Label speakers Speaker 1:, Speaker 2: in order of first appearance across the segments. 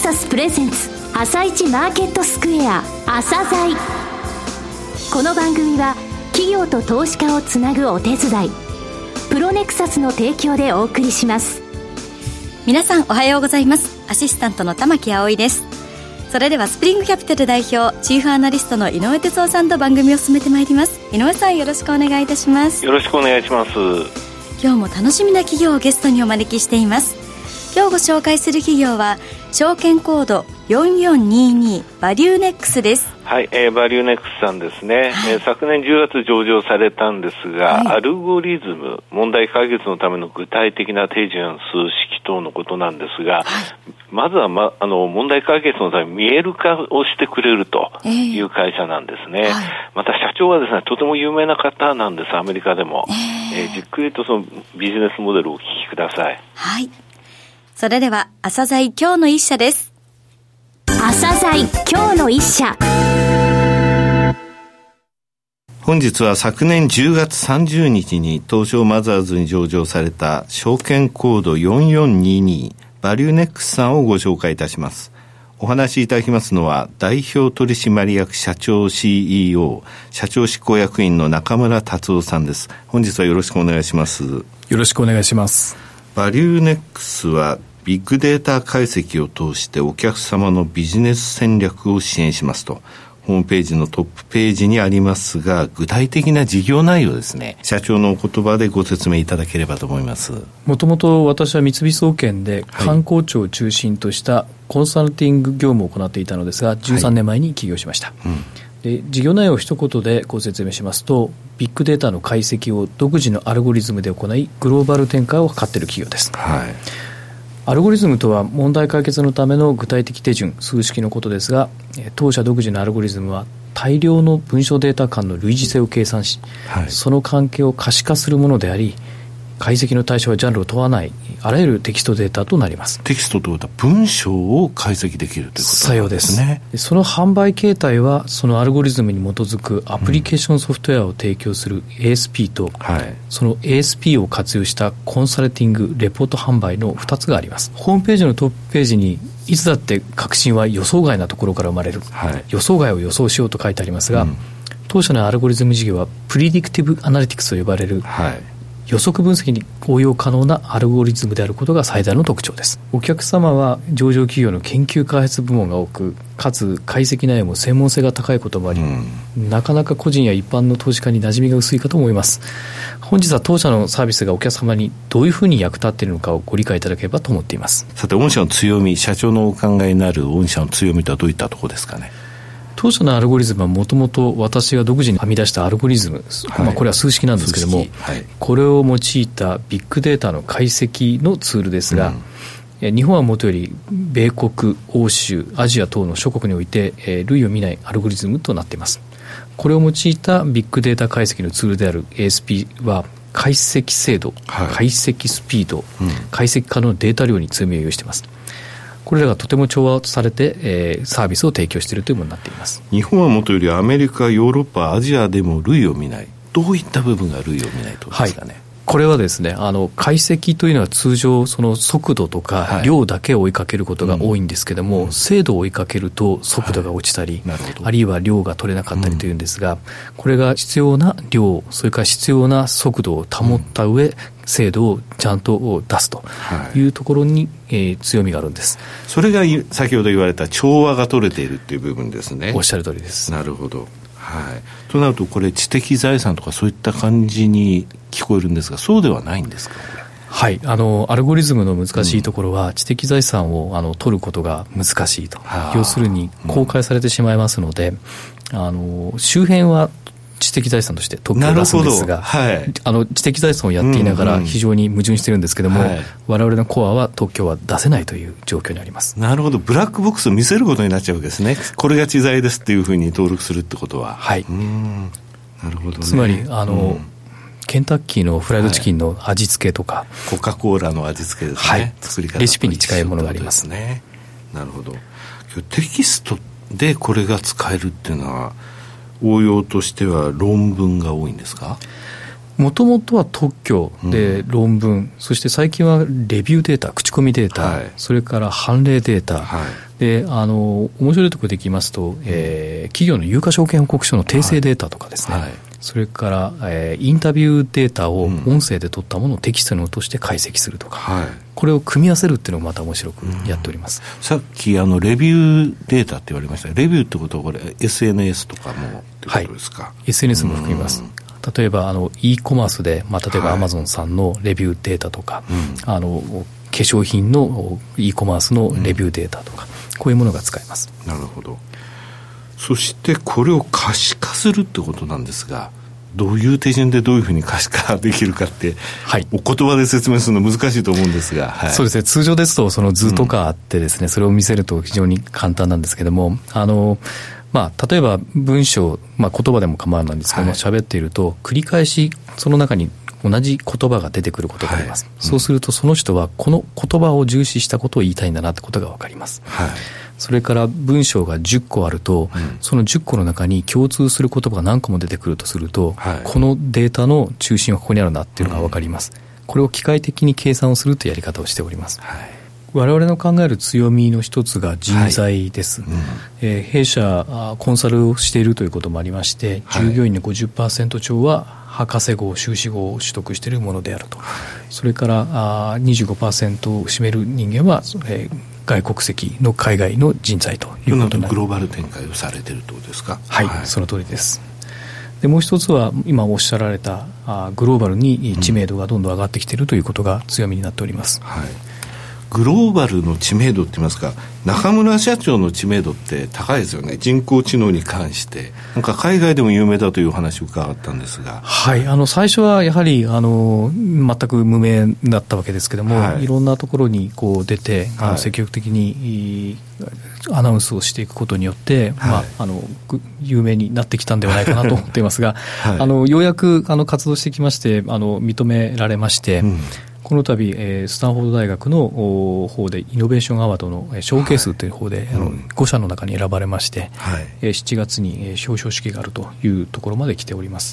Speaker 1: サスプレゼンツ朝一マーケットスクエア朝鮮。この番組は企業と投資家をつなぐお手伝い、プロネクサスの提供でお送りします。
Speaker 2: 皆さんおはようございます。アシスタントの玉木葵です。それではスプリングキャピタル代表チーフアナリストの井上哲夫さんと番組を進めてまいります。井上さん、よろしくお願いいたします。
Speaker 3: よろしくお願いします。
Speaker 2: 今日も楽しみな企業をゲストにお招きしています。今日ご紹介する企業は証券コード4422バリューネックスです。
Speaker 3: はい、バリューネックスさんですね、はい、昨年10月上場されたんですが、はい、アルゴリズム、問題解決のための具体的な手順、数式等のことなんですが、はい、まずは、問題解決のために見える化をしてくれるという会社なんですね、はい、また社長はですね、とても有名な方なんです。アメリカでも、じっくりとそのビジネスモデルをお聞きください。
Speaker 2: はい、それでは朝鮮今日の一社です。
Speaker 1: 朝鮮今日の一社。
Speaker 4: 本日は昨年10月30日に東証マザーズに上場された証券コード4422バリューネックスさんをご紹介いたします。お話しいただきますのは代表取締役社長 CEO 社長執行役員の中村達夫さんです。本日はよろしくお願いします。
Speaker 5: よろしくお願いします。
Speaker 4: バリューネックスはビッグデータ解析を通してお客様のビジネス戦略を支援しますとホームページのトップページにありますが、具体的な事業内容ですね、社長のお言葉でご説明いただければと思います。
Speaker 5: もともと私は三菱総研で観光庁を中心としたコンサルティング業務を行っていたのですが、13年前に起業しました、で事業内容を一言でご説明しますと、ビッグデータの解析を独自のアルゴリズムで行いグローバル展開を図っている企業です、アルゴリズムとは問題解決のための具体的手順、数式のことですが、当社独自のアルゴリズムは大量の文章データ間の類似性を計算し、その関係を可視化するものであり、解析の対象はジャンルを問わないあらゆるテキストデータとなります。
Speaker 4: テキストということは文章を解析できるということですね。
Speaker 5: さようです。その販売形態はそのアルゴリズムに基づくアプリケーションソフトウェアを提供する ASP と、その ASP を活用したコンサルティングレポート販売の2つがあります。ホームページのトップページにいつだって革新は予想外なところから生まれる、予想外を予想しようと書いてありますが、当社のアルゴリズム事業はプリディクティブアナリティクスと呼ばれる、予測分析に応用可能なアルゴリズムであることが最大の特徴です。お客様は上場企業の研究開発部門が多く、かつ解析内容も専門性が高いこともあり、なかなか個人や一般の投資家に馴染みが薄いかと思います。本日は当社のサービスがお客様にどういうふうに役立っているのかをご理解いただければと思っています。
Speaker 4: さて、御社の強み、社長のお考えになる御社の強みとはどういったところですかね。
Speaker 5: 当社のアルゴリズムはもともと私が独自に編み出したアルゴリズム、これは数式なんですけども、これを用いたビッグデータの解析のツールですが、日本はもとより米国、欧州、アジア等の諸国において、類を見ないアルゴリズムとなっています。これを用いたビッグデータ解析のツールである ASP は解析精度、解析スピード、解析可能なデータ量に強みを有しています。これらがとても調和されて、サービスを提供しているというものになっています。
Speaker 4: 日本はもとよりアメリカ、ヨーロッパ、アジアでも類を見ない、どういった部分が類を見ないとですかね。
Speaker 5: これはですね、解析というのは通常その速度とか量だけを追いかけることが多いんですけども、精度を追いかけると速度が落ちたり、あるいは量が取れなかったりというんですが、これが必要な量、それから必要な速度を保った上、精度をちゃんと出すというところに、強みがあるんです。
Speaker 4: それが先ほど言われた調和が取れているという部分ですね。
Speaker 5: おっしゃる通りです。
Speaker 4: なるほど。となるとこれ知的財産とかそういった感じに聞こえるんですが、そうではないんですか。
Speaker 5: アルゴリズムの難しいところは、知的財産を取ることが難しいと、要するに公開されてしまいますので、周辺は知的財産として特許を出すんですが、知的財産をやっていながら非常に矛盾しているんですけども、我々のコアは特許は出せないという状況にあります。
Speaker 4: なるほど。ブラックボックスを見せることになっちゃうわけですね。これが知財ですっていうふうに登録するってことは。なるほどね。
Speaker 5: つまりケンタッキーのフライドチキンの味付けとか、
Speaker 4: コカ・コーラの味付けですね、作り方
Speaker 5: レシピに近いものがあります
Speaker 4: ね。なるほど。テキストでこれが使えるっていうのは応用としては論文が多いんですか。
Speaker 5: もともとは特挙で論文、そして最近はレビューデータ、口コミデータ、それから判例データ、で面白いところでいきますと、企業の有価証券報告書の訂正データとかですね、それから、インタビューデータを音声で取ったものをテキストに落として解析するとか、これを組み合わせるっていうのもまた面白くやっております。
Speaker 4: さっきレビューデータって言われましたが、レビューってことはこれ SNS とかもってことですか？
Speaker 5: SNS も含みます。例えばe コマースで、例えばアマゾンさんのレビューデータとか、化粧品の e コマースのレビューデータとか、こういうものが使えます。
Speaker 4: なるほど。そしてこれを可視化するってことなんですが、どういう手順でどういうふうに可視化できるかって、お言葉で説明するの難しいと思うんですが、
Speaker 5: そうですね。通常ですとその図とかあってですね、それを見せると非常に簡単なんですけども、例えば文章、言葉でも構わないんですけども、喋っていると繰り返しその中に同じ言葉が出てくることがあります。そうするとその人はこの言葉を重視したことを言いたいんだなってことが分かります。それから文章が10個あると、その10個の中に共通する言葉が何個も出てくるとすると、このデータの中心はここにあるなっていうのが分かります。これを機械的に計算をするというやり方をしております。我々の考える強みの一つが人材です。弊社コンサルをしているということもありまして、従業員の 50% 超は博士号、修士号を取得しているものであると。それから25% を占める人間は外国籍の海外の人材ということになる。
Speaker 4: グローバル展開をされているということですか？
Speaker 5: その通りです。でもう一つは今おっしゃられたグローバルに知名度がどんどん上がってきているということが強みになっております。
Speaker 4: グローバルの知名度って言いますか、中村社長の知名度って高いですよね。人工知能に関してなんか海外でも有名だというお話を伺ったんですが、
Speaker 5: 最初はやはり全く無名だったわけですけども、いろんなところにこう出て、積極的にアナウンスをしていくことによって、有名になってきたんではないかなと思っていますが、ようやく活動してきまして、認められまして、この度、スタンフォード大学の方でイノベーションアワードのショーケースという方で、5社の中に選ばれまして、7月に表彰式があるというところまで来ております。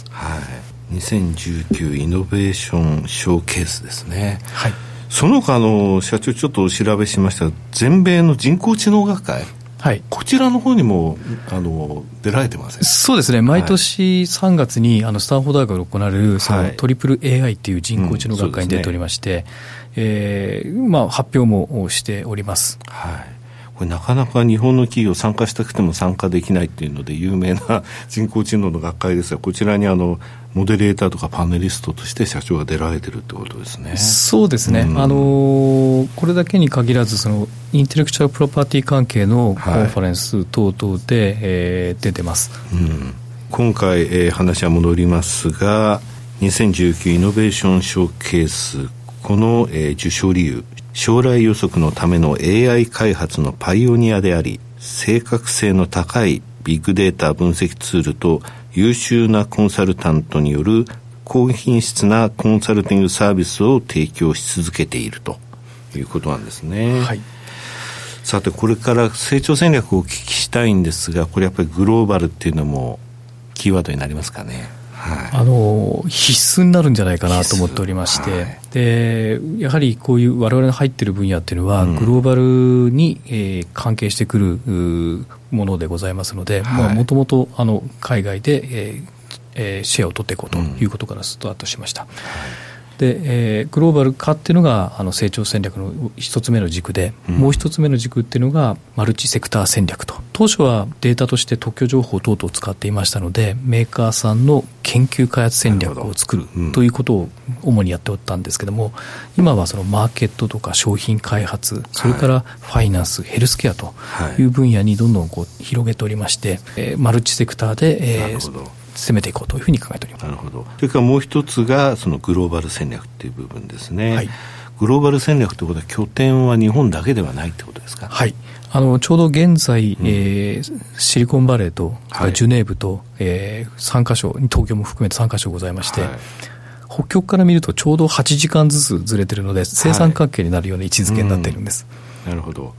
Speaker 4: 2019イノベーションショーケースですね。その他社長ちょっとお調べしましたが、全米の人工知能学会、こちらの方にも出られてません？
Speaker 5: そうですね。毎年3月にスタンフォード大学で行われるそのトリプル AI という人工知能学会に出ておりまして、発表もしております。
Speaker 4: これなかなか日本の企業参加したくても参加できないっていうので有名な人工知能の学会ですが、こちらにモデレーターとかパネリストとして社長が出られてるってことですね。
Speaker 5: そうですね。これだけに限らずそのインテレクチャルプロパティ関係のコンファレンス等々で、出てます。
Speaker 4: 今回、話は戻りますが、2019イノベーションショーケース、この、受賞理由、将来予測のための AI 開発のパイオニアであり、正確性の高いビッグデータ分析ツールと優秀なコンサルタントによる高品質なコンサルティングサービスを提供し続けているということなんですね。さてこれから成長戦略をお聞きしたいんですが、これやっぱりグローバルっていうのもキーワードになりますかね？
Speaker 5: 必須になるんじゃないかなと思っておりまして、でやはりこういう我々の入っている分野っていうのは、グローバルに、関係してくるものでございますので、もともと海外で、シェアを取っていこうということからスタートしました。でグローバル化っていうのが成長戦略の一つ目の軸で、もう一つ目の軸っていうのがマルチセクター戦略と。当初はデータとして特許情報等々を使っていましたので、メーカーさんの研究開発戦略を作るということを主にやっておったんですけども、今はそのマーケットとか商品開発、それからファイナンス、ヘルスケアという分野にどんどん広げておりまして、マルチセクターで、攻めていこうというふうに考えております。
Speaker 4: なるほど。それからもう一つがそのグローバル戦略っていう部分ですね。グローバル戦略ということは拠点は日本だけではないってことですか？
Speaker 5: ちょうど現在、シリコンバレーと、ジュネーブと、3カ所、東京も含めて3カ所ございまして、北極から見るとちょうど8時間ずつずれてるので、生産関係になるような位置づけになっているんです。
Speaker 4: なるほど。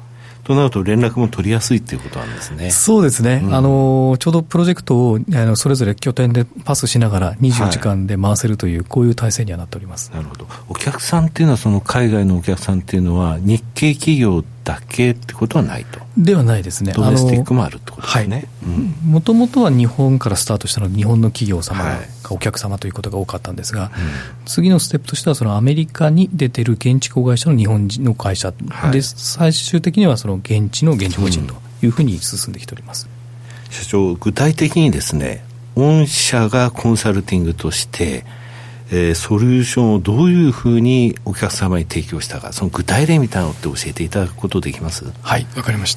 Speaker 4: となると連絡も取りやすいということなんですね。
Speaker 5: そうですね、ちょうどプロジェクトをそれぞれ拠点でパスしながら24時間で回せるという、こういう体制にはなっております。
Speaker 4: なるほど。お客さんっていうのは、その海外のお客さんっていうのは日系企業だけってことはないと。
Speaker 5: ではないですね。
Speaker 4: ドメスティックもあるってことですね。
Speaker 5: もともとは日本からスタートしたので、日本の企業様がお客様ということが多かったんですが、次のステップとしてはそのアメリカに出ている現地子会社の日本人の会社で、最終的にはその現地の現地法人というふうに進んできております。
Speaker 4: 社長、具体的にですね、御社がコンサルティングとしてソリューションをどういうふうにお客様に提供したか、その具体例みたいなのって教えていただくことできます？
Speaker 5: はい、わかりました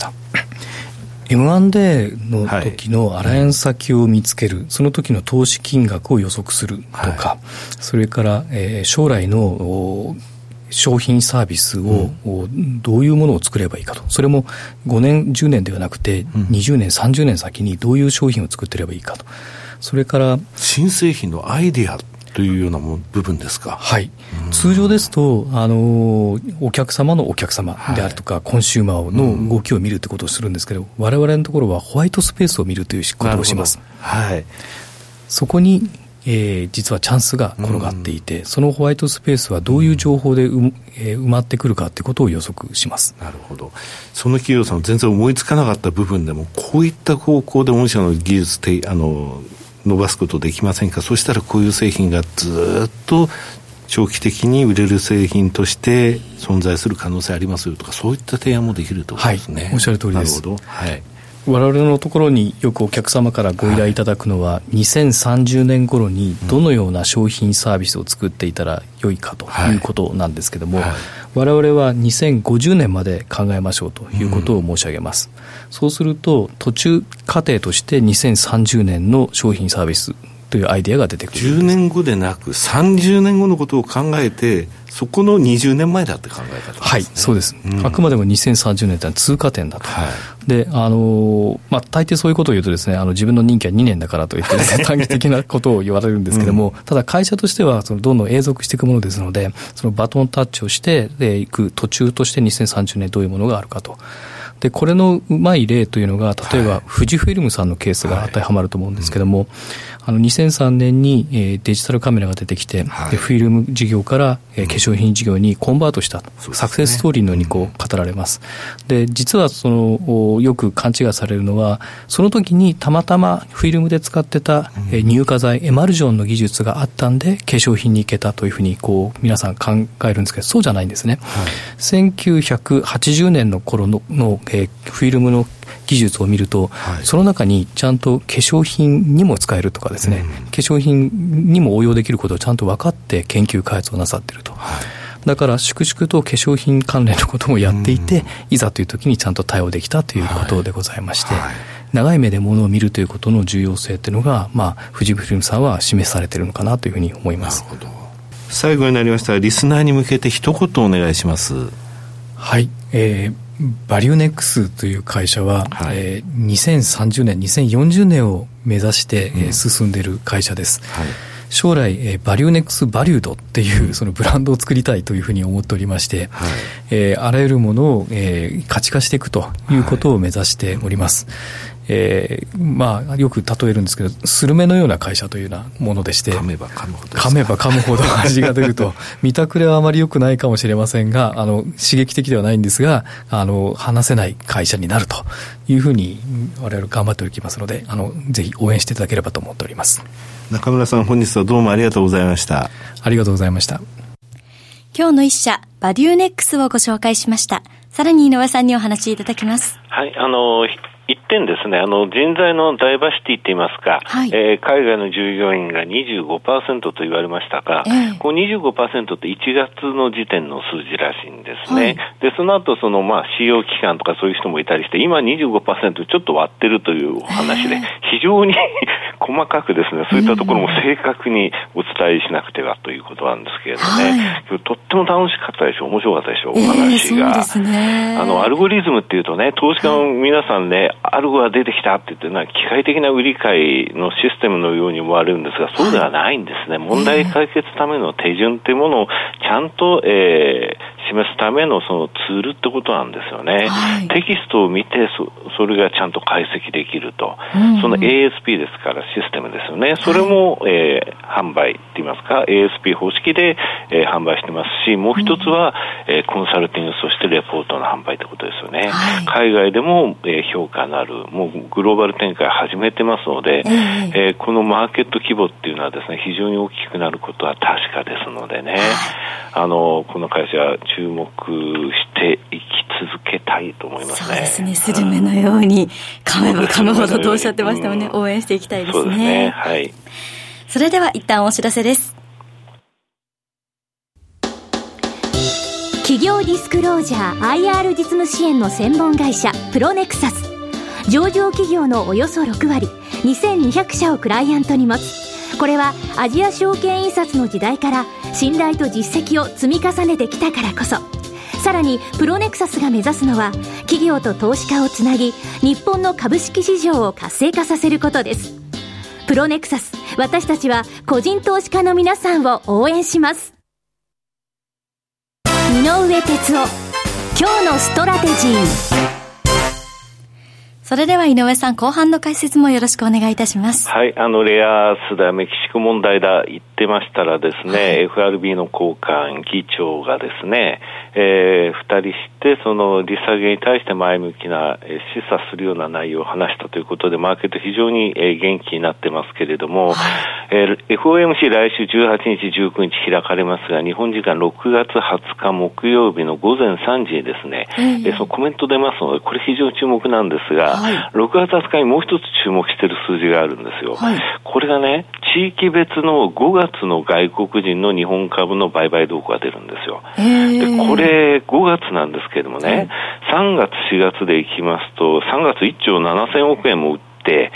Speaker 5: 。M&A の時のアライアンス先を見つける、その時の投資金額を予測するとか、それから、将来の商品サービスを、どういうものを作ればいいかと、それも5年10年ではなくて、20年30年先にどういう商品を作っていればいいかと、それから
Speaker 4: 新製品のアイデアというような部分ですか？
Speaker 5: はい、通常ですとお客様のお客様であるとか、コンシューマーの動きを見るということをするんですけど、我々のところはホワイトスペースを見るということをします。
Speaker 4: はい、
Speaker 5: そこに実はチャンスが転がっていて、そのホワイトスペースはどういう情報で埋まってくるかということを予測します。
Speaker 4: なるほど。その企業さん全然思いつかなかった部分でも、こういった方向で御社の技術伸ばすことできませんか？そしたらこういう製品がずっと長期的に売れる製品として存在する可能性ありますよとか、そういった提案もできるということですね。
Speaker 5: はい、おっしゃる通りです。
Speaker 4: なるほど。はい。
Speaker 5: 我々のところによくお客様からご依頼いただくのは、2030年頃にどのような商品サービスを作っていたら良いかということなんですけども、我々は2050年まで考えましょうということを申し上げます。そうすると途中過程として2030年の商品サービスというアイデアが出てくる。
Speaker 4: 10年後でなく30年後のことを考えて、そこの20年前だって考え方ですね。
Speaker 5: はい、そうです。あくまでも2030年というのは通過点だと。で、大抵そういうことを言うとですね、自分の任期は2年だからといってですね、短期的なことを言われるんですけども、ただ会社としてはどんどん永続していくものですので、そのバトンタッチをしていく途中として2030年どういうものがあるかと。で、これのうまい例というのが、例えば富士フイルムさんのケースが当てはまると思うんですけども、2003年にデジタルカメラが出てきて、でフィルム事業から化粧品事業にコンバートしたサクセスストーリーのように語られます。で、実はよく勘違いされるのは、その時にたまたまフィルムで使ってた乳化剤エマルジョンの技術があったんで化粧品に行けたというふうに皆さん考えるんですけど、そうじゃないんですね。1980年の頃のフィルムの技術を見ると、その中にちゃんと化粧品にも使えるとかですね、化粧品にも応用できることをちゃんと分かって研究開発をなさっていると。だから粛々と化粧品関連のこともやっていて、いざという時にちゃんと対応できたということでございまして、長い目で物を見るということの重要性というのが、富士フイルムさんは示されているのかなというふうに思います。
Speaker 4: なるほど。最後になりましたが、リスナーに向けて一言お願いします。
Speaker 5: はい、バリューネックスという会社は、2030年2040年を目指して、進んでいる会社です。将来、バリューネックスバリュードっていうそのブランドを作りたいというふうに思っておりまして、あらゆるものを、価値化していくということを目指しております。よく例えるんですけど、スルメのような会社というようなものでして、
Speaker 4: 噛めば噛むほど
Speaker 5: 噛めば噛むほど味が出ると見たくれはあまり良くないかもしれませんが、刺激的ではないんですが、話せない会社になるというふうに我々頑張っておきますので、ぜひ応援していただければと思っております。
Speaker 4: 中村さん、本日はどうもありがとうございました。
Speaker 5: ありがとうございました。
Speaker 2: 今日の一社バリューネックスをご紹介しました。さらに井上さんにお話しいただきます。
Speaker 3: はい、一点ですね、人材のダイバーシティって言いますか、海外の従業員が 25% と言われましたが、この 25% って1月の時点の数字らしいんですね。で、その後使用期間とかそういう人もいたりして、今 25% ちょっと割ってるというお話で、非常に細かくですね、そういったところも正確にお伝えしなくてはということなんですけれどね、とっても楽しかったでしょう、面白かったでしょう、お話が。
Speaker 2: そうですね。
Speaker 3: アルゴリズムっていうとね、投資家の皆さんね、 アルゴが出てきたって言って機械的な売り買いのシステムのように思われるんですが、そうではないんですね。問題解決ための手順というものをちゃんと、示すためのそのツールってことなんですよね。テキストを見てそれがちゃんと解析できると、その ASP ですからシステムですよね。それも、販売って言いますか ASP 方式で、販売してますし、もう一つは、コンサルティング、そしてレポートの販売ってことですよね。海外でも、評価のあるもうグローバル展開始めてますので、このマーケット規模っていうのはですね、非常に大きくなることは確かですのでね、この会社注目していき続けたいと思いますね。
Speaker 2: そうですね、スルメのように噛めば噛むほどとおっしゃってましたよね。応援していきたいですね。
Speaker 3: そうですね、はい。
Speaker 2: それでは一旦お知らせです。
Speaker 1: 企業ディスクロージャー IR 実務支援の専門会社プロネクサス。上場企業のおよそ6割2200社をクライアントに持つ。これはアジア証券印刷の時代から信頼と実績を積み重ねてきたからこそ。さらにプロネクサスが目指すのは企業と投資家をつなぎ、日本の株式市場を活性化させることです。プロネクサス、私たちは個人投資家の皆さんを応援します。井上哲夫、今日のストラテジー。
Speaker 2: それでは井上さん、後半の解説もよろしくお願いいたします。
Speaker 3: はい、レアアースだ、メキシコ問題だ言ってましたらですね、FRB の高官、議長がですね、2人してその利下げに対して前向きな、示唆するような内容を話したということで、マーケット非常に、元気になってますけれども、FOMC 来週18日、19日開かれますが、日本時間6月20日木曜日の午前3時にですね、そのコメント出ますので、これ非常に注目なんですが、6月20日にもう一つ注目している数字があるんですよ。これがね、地域別の5月の外国人の日本株の売買動向が出るんですよ。で、これ5月なんですけれどもね、3月4月でいきますと、3月1兆7000億円も売って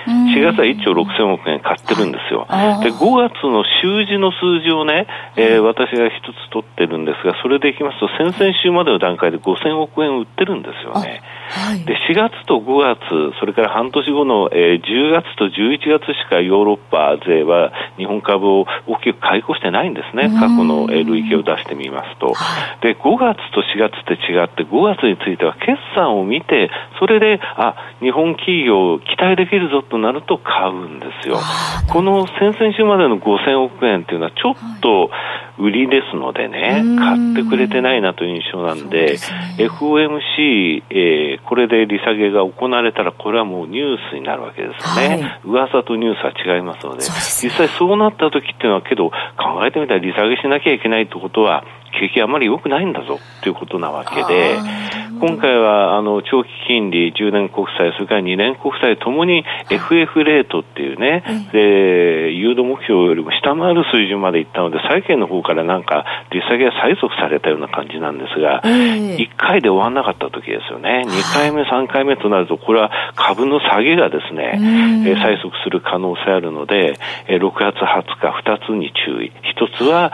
Speaker 3: 4月は1兆6000億円買ってるんですよ。で、5月の週次の数字をね、私が一つ取ってるんですが、それでいきますと先々週までの段階で5000億円売ってるんですよね。で、4月と5月、それから半年後の、10月と11月しかヨーロッパ勢は日本株を大きく買い越してないんですね。過去の累計を出してみますと。で、5月と4月って違って、5月については決算を見て、それで、日本企業期待できるぞとなると買うんですよ。この先々週までの5000億円っていうのはちょっと売りですのでね、買ってくれてないなという印象なんで、FOMC、これで利下げが行われたら、これはもうニュースになるわけですよね。噂とニュースは違いますので、実際そうなった時っていうのは、けど考えてみたら利下げしなきゃいけないってことは、景気あまり良くないんだぞっていうことなわけで、今回は長期金利10年国債、それから2年国債ともに FF レートっていうね、で誘導目標よりも下回る水準までいったので、債券の方からなんか利下げが催促されたような感じなんですが、1回で終わんなかった時ですよね。2回目3回目となると、これは株の下げがですね、催促する可能性あるので、6月20日2つに注意。1つは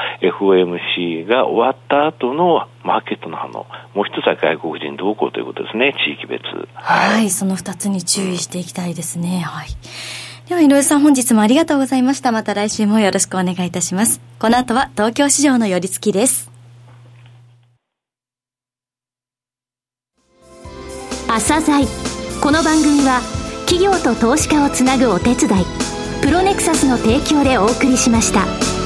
Speaker 3: FOMC が終わった後のマーケットの反応、もう一つは外国人動向ということですね、地域別。
Speaker 2: はい、その2つに注意していきたいですね。はい。では井上さん、本日もありがとうございました。また来週もよろしくお願いいたします。この後は東京市場の寄り付きです。
Speaker 1: 朝鮮。この番組は企業と投資家をつなぐお手伝い、プロネクサスの提供でお送りしました。